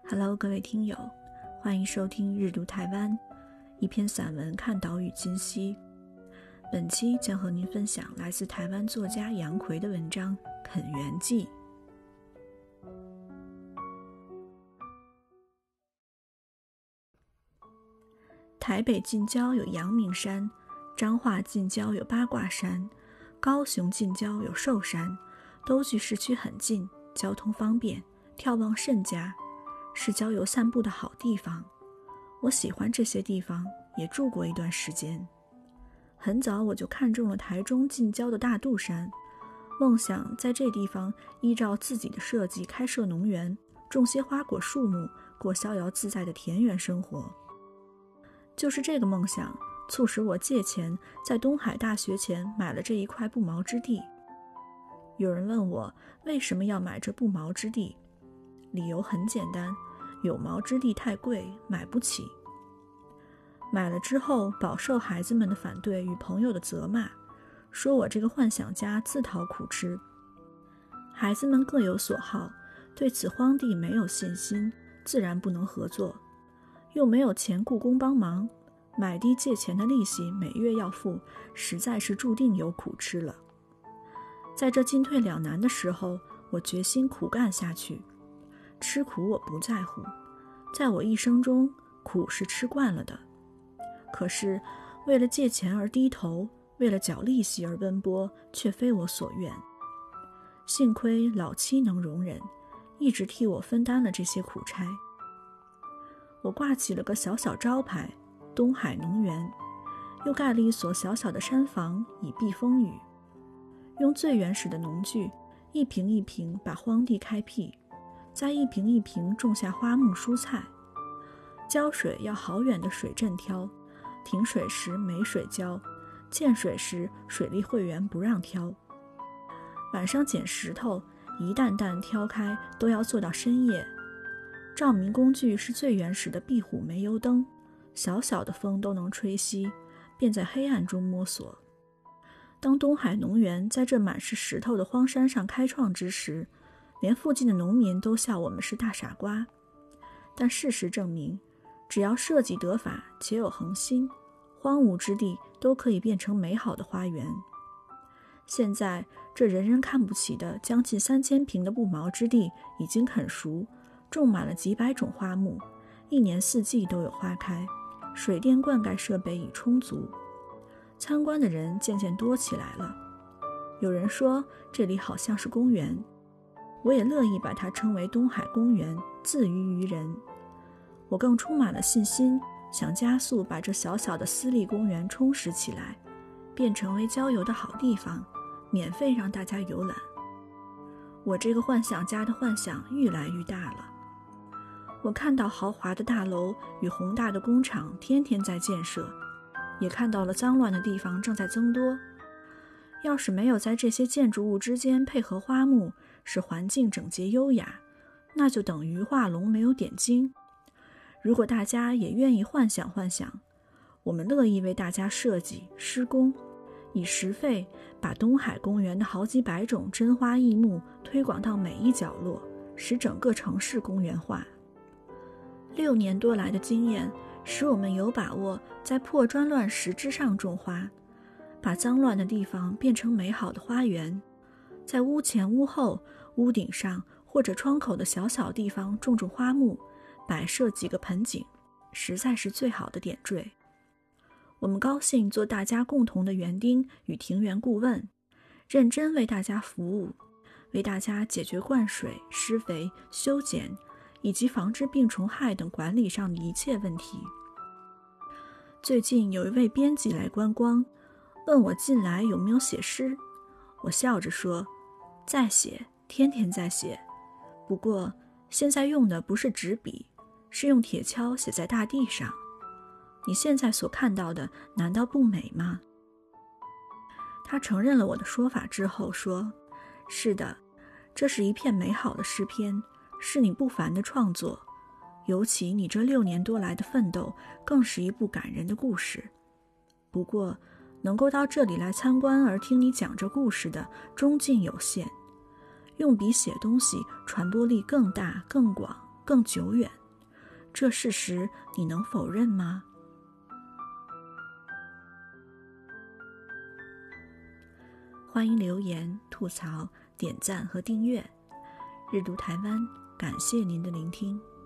Hello， 各位听友，欢迎收听日读台湾，一篇散文看岛屿今夕。本期将和您分享来自台湾作家杨奎的文章《垦园记》。台北近郊有阳明山，彰化近郊有八卦山，高雄近郊有寿山，都距市区很近，交通方便，眺望甚佳，是郊游散步的好地方。我喜欢这些地方，也住过一段时间。很早我就看中了台中近郊的大肚山，梦想在这地方依照自己的设计开设农园，种些花果树木，过逍遥自在的田园生活。就是这个梦想促使我借钱在东海大学前买了这一块不毛之地。有人问我为什么要买这不毛之地，理由很简单，有毛之地太贵，买不起。买了之后饱受孩子们的反对与朋友的责骂，说我这个幻想家自讨苦吃。孩子们各有所好，对此荒地没有信心，自然不能合作，又没有钱雇工帮忙，买地借钱的利息每月要付，实在是注定有苦吃了。在这进退两难的时候，我决心苦干下去。吃苦我不在乎，在我一生中苦是吃惯了的。可是为了借钱而低头，为了缴利息而奔波，却非我所愿。幸亏老妻能容忍，一直替我分担了这些苦差。我挂起了个小小招牌，东海农园，又盖了一所小小的山房以避风雨，用最原始的农具一坪一坪把荒地开辟，再一坪一坪种下花木蔬菜。浇水要好远的水阵挑，停水时没水浇，见水时水利会员不让挑。晚上捡石头，一担担挑开都要做到深夜。照明工具是最原始的壁虎煤油灯，小小的风都能吹熄，便在黑暗中摸索。当东海农园在这满是石头的荒山上开创之时，连附近的农民都笑我们是大傻瓜。但事实证明，只要设计得法且有恒心，荒芜之地都可以变成美好的花园。现在这人人看不起的将近3000坪的不毛之地已经垦熟，种满了几百种花木，一年四季都有花开，水电灌溉设备已充足，参观的人渐渐多起来了。有人说这里好像是公园，我也乐意把它称为东海公园，自娱于人。我更充满了信心，想加速把这小小的私立公园充实起来，变成为郊游的好地方，免费让大家游览。我这个幻想家的幻想愈来愈大了。我看到豪华的大楼与宏大的工厂天天在建设，也看到了脏乱的地方正在增多。要是没有在这些建筑物之间配合花木，使环境整洁优雅，那就等于画龙没有点睛。如果大家也愿意幻想幻想，我们乐意为大家设计施工，以实费把东海公园的好几百种真花异木推广到每一角落，使整个城市公园化。6年多来的经验使我们有把握在破砖乱石之上种花，把脏乱的地方变成美好的花园，在屋前屋后屋顶上或者窗口的小小地方种种花木，摆设几个盆景，实在是最好的点缀。我们高兴做大家共同的园丁与庭园顾问，认真为大家服务，为大家解决灌水、施肥、修剪以及防治病虫害等管理上的一切问题。最近有一位编辑来观光，问我近来有没有写诗。我笑着说，在写，天天在写，不过现在用的不是纸笔，是用铁锹写在大地上。你现在所看到的难道不美吗？他承认了我的说法之后说，是的，这是一片美好的诗篇，是你不凡的创作，尤其你这6年多来的奋斗更是一部感人的故事。不过能够到这里来参观而听你讲这故事的终尽有限，用笔写东西传播力更大更广更久远。这事实你能否认吗？欢迎留言、吐槽、点赞和订阅。日读台湾，感谢您的聆听。